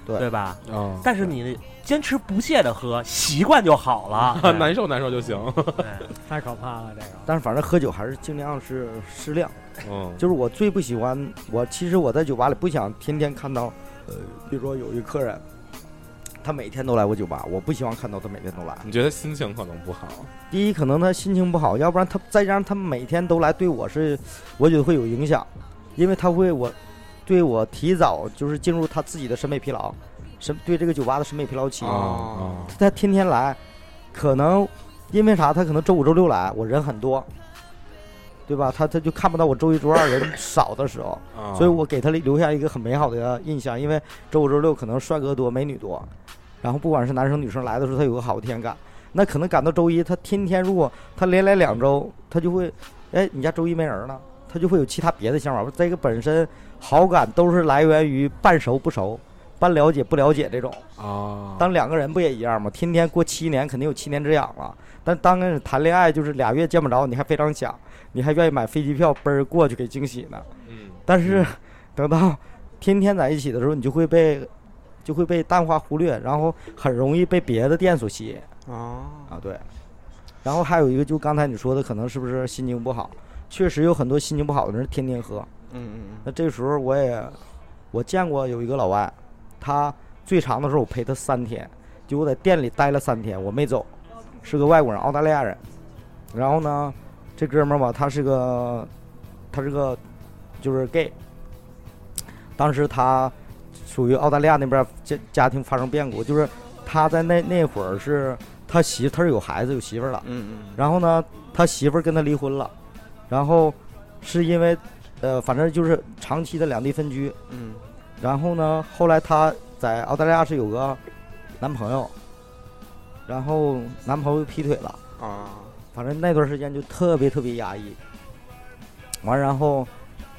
对对吧？ 哦， 但是你坚持不懈的喝，习惯就好了， 难受难受就行。 太可怕了这个。 但是反正喝酒还是尽量是适量。 嗯， 就是我最不喜欢，我其实我在酒吧里不想天天看到，呃，比如说有一个客人，他每天都来我酒吧，我不希望看到他每天都来。 你觉得心情可能不好？ 第一，可能他心情不好，要不然他再加上他每天都来，对我是，我觉得会有影响，因为他会我，对我提早就是进入他自己的审美疲劳，审对这个酒吧的审美疲劳期。 哦， 他天天来，可能因为啥？他可能周五周六来，我人很多。对吧？他他就看不到我周一周二人少的时候， 哦、 所以我给他留下一个很美好的印象。因为周五周六可能帅哥多、美女多，然后不管是男生女生来的时候，他有个好的体验感。那可能赶到周一，他天天如果他连来两周，他就会，哎，你家周一没人了，他就会有其他别的想法。这个本身好感都是来源于半熟不熟、半了解不了解这种。 哦， 当两个人不也一样吗？天天过七年，肯定有七年之痒了。但当跟谈恋爱，就是俩月见不着，你还非常想。你还愿意买飞机票奔儿过去给惊喜呢， 嗯， 但是等到天天在一起的时候，你就会被就会被淡化忽略，然后很容易被别的店所吸引。 哦啊，对。然后还有一个，就刚才你说的，可能是不是心情不好？确实有很多心情不好的人天天喝。 嗯嗯嗯。 那这个时候我也我见过有一个老外，他最长的时候我陪他三天，就我在店里待了三天，我没走，是个外国人，澳大利亚人。然后呢？这哥们儿吧，他是个，他是个，就是 gay。当时他属于澳大利亚那边家家庭发生变故，就是他在那那会儿是他媳他是有孩子有媳妇儿了， 嗯嗯。 然后呢，他媳妇儿跟他离婚了，然后是因为呃，反正就是长期的两地分居， 嗯。 然后呢，后来他在澳大利亚是有个男朋友，然后男朋友劈腿了啊。 反正那段时间就特别特别压抑，完然后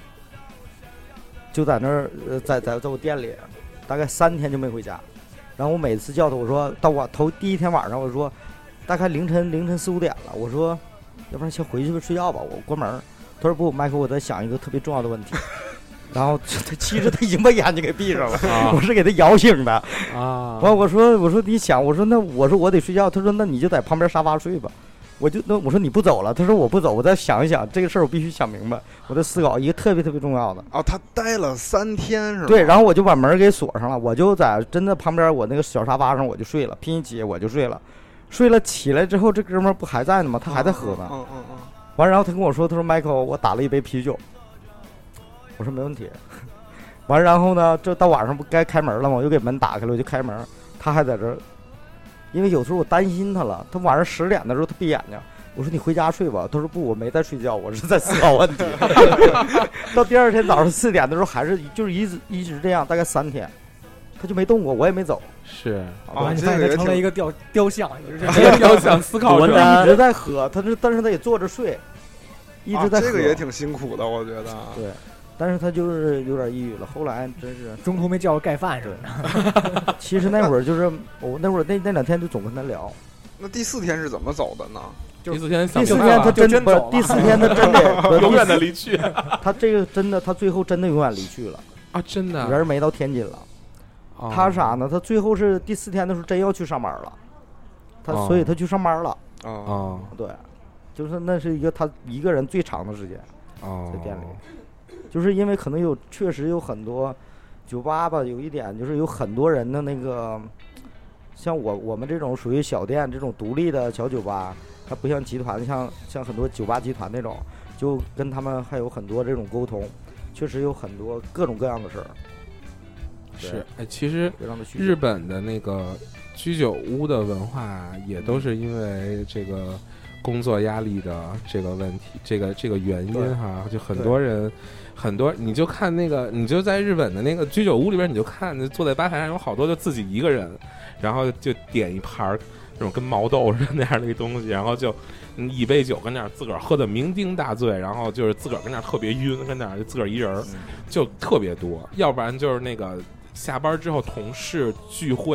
就在那儿，呃，在在在我店里，大概三天就没回家。然后我每次叫他，我说到我头第一天晚上，我说大概凌晨凌晨四五点了，我说要不然先回去睡觉吧，我关门。他说不，迈克，我在想一个特别重要的问题。然后他其实他已经把眼睛给闭上了，啊、我是给他摇醒的啊。完我说我说你想，我说那我说我得睡觉，他说那你就在旁边沙发睡吧。我就那我说你不走了，他说我不走，我再想一想这个事儿，我必须想明白，我在思考一个特别特别重要的。 哦，他待了三天是吧？ 对，然后我就把门给锁上了，我就在真的旁边我那个小沙发上我就睡了，拼一起我就睡了，睡了起来之后这哥们儿不还在呢吗？他还在喝呢。 嗯嗯嗯。 完，然后他跟我说，他说 Michael， 我打了一杯啤酒。我说没问题。完，然后呢，这到晚上不该开门了吗？我就给门打开了，我就开门，他还在这儿。因为有时候我担心他了，他晚上十点的时候他闭眼睛，我说你回家睡吧，他说不，我没在睡觉，我是在思考问题。到第二天早上四点的时候还是就是一直一直这样，大概三天，他就没动过，我也没走。 是啊，你看他成了一个雕雕像， 雕像思考者， 他一直在喝，他是但是他也坐着睡，一直在喝， 啊、这个也挺辛苦的，我觉得。 对。但是他就是有点抑郁了，后来真是中途没叫我盖饭似的。 其实那会儿就是我那会儿那那两天就总跟他聊。 那第四天是怎么走的呢？ 第四天， 第四天他真不是第四天他真的永远的离去。 他这个真的，他最后真的永远离去了啊！真的， 人没到天津了。哦、他啥呢？他最后是第四天的时候真要去上班了，他、哦、所以他去上班了。 哦， 对，就是那是一个他一个人最长的时间哦， 在店里。就是因为可能有确实有很多酒吧吧，有一点就是有很多人的那个，像我我们这种属于小店这种独立的小酒吧，它不像集团，像像很多酒吧集团那种，就跟他们还有很多这种沟通，确实有很多各种各样的事儿。 是，哎，其实日本的那个居酒屋的文化也都是因为这个工作压力的这个问题，这个这个原因哈，就很多人。很多，你就看那个，你就在日本的那个居酒屋里边，你就看坐在吧台上有好多就自己一个人，然后就点一盘那种跟毛豆似的那样的一个东西，然后就一杯酒跟那儿自个儿喝的酩酊大醉，然后就是自个儿跟那儿特别晕，跟那儿就自个儿一人就特别多，要不然就是那个下班之后同事聚会，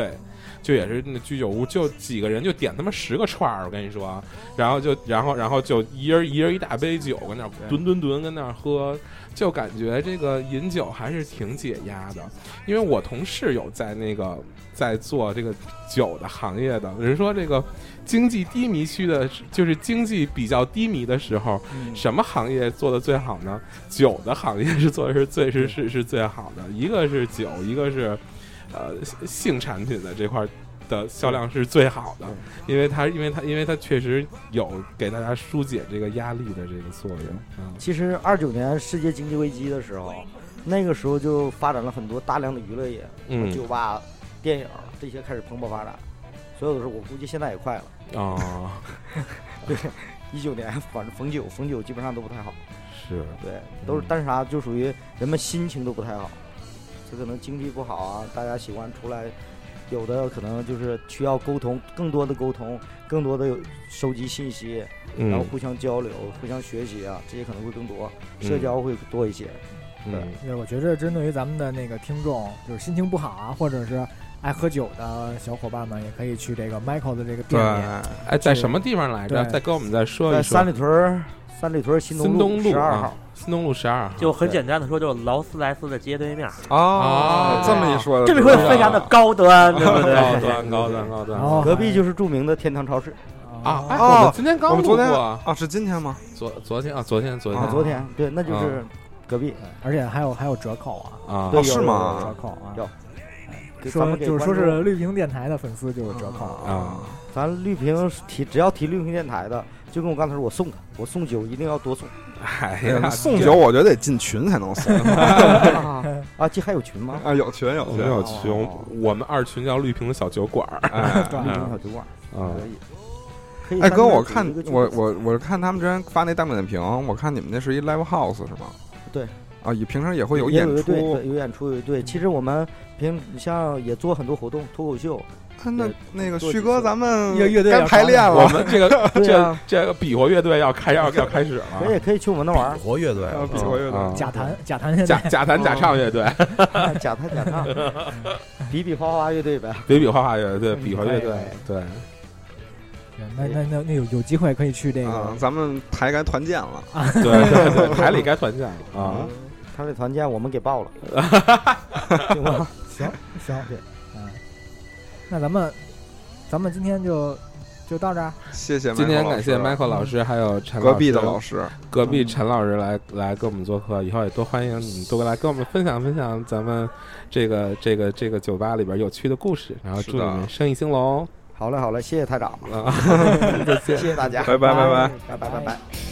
就也是那居酒屋，就几个人就点他妈十个串儿，我跟你说，然后就然后然后就一人一人一大杯酒，跟那儿吨吨吨跟那儿喝，就感觉这个饮酒还是挺解压的。因为我同事有在那个在做这个酒的行业的人说，这个经济低迷区的，就是经济比较低迷的时候，嗯、什么行业做的最好呢？酒的行业是做的是最是是是最好的，一个是酒，一个是呃性产品的这块的销量是最好的，因为它因为它因为它确实有给大家疏解这个压力的这个作用。嗯、 其实二九年世界经济危机的时候，那个时候就发展了很多大量的娱乐业，嗯，酒吧、电影这些开始蓬勃发展。所有的时候，我估计现在也快了啊。哦、 对，一九年反正逢酒逢酒基本上都不太好。 是， 对，都是，但是啥，就属于人们心情都不太好，就可能经济不好啊，大家喜欢出来，有的可能就是需要沟通，更多的沟通，更多的有收集信息， 嗯、 然后互相交流、互相学习啊，这些可能会更多，社交会多一些。 嗯、 对，我觉得针对于咱们的那个听众，就是心情不好啊，或者是爱喝酒的小伙伴们，也可以去这个 Michael 的这个店里。 哎，在什么地方来着？再跟我们再说一说。 在三里屯，三里屯新东路十二号。 新东路十二号， 就很简单的说，就是劳斯莱斯的街对面。 哦，这么一说， 这里会非常的高端，对不对？ 高端，高端，高端。 哦、隔壁就是著名的天堂超市。 啊，哎，我们今天刚路过啊，是今天吗？ 昨昨天啊，昨天，昨天， 啊、昨天，对，那就是隔壁， 而且还有还有折扣啊啊， 对， 是吗？ 折扣啊， 有。 说就是说是绿屏电台的粉丝就有折扣啊，咱绿屏提只要提绿屏电台的，就跟我刚才说，我送他，我送酒一定要多送。 哎呀，送酒我觉得得进群才能送啊！这还有群吗？ 啊，有群有群有群，我们二群叫绿屏的小酒馆， 哎，绿屏小酒馆啊， 可以。 哎，哥，我看我我我看他们之前发那大众点评，我看你们那是一 live house 是吗？ 对。 啊，也平常也会有演出， 有有演出，对。其实我们平像也做很多活动，脱口秀。 啊、那那个旭哥，咱们乐队该排练了。 我们这个这这个比划乐队要开要要开始了。 可以可以去我们那玩。 比划乐队， 比划乐队， 假弹假弹假假弹假唱乐队， 假弹假唱，比比划划乐队呗， 比比划划乐队，比划乐队，对。 那那那那有有机会可以去这个， 啊、咱们台该团建了。 啊、 对对对，台里该团建了啊。 台里团建我们给报了，行吗？ 行行，对，嗯，那咱们咱们今天就就到这儿。 谢谢， 今天感谢 Michael 老师，还有陈隔壁的老师， 隔壁陈老师来来跟我们做客，以后也多欢迎你们多来跟我们分享分享咱们这个这个这个酒吧里边有趣的故事，然后祝你们生意兴隆。 好嘞，好嘞，谢谢台长啊， 谢谢大家， 拜拜拜拜拜拜拜拜。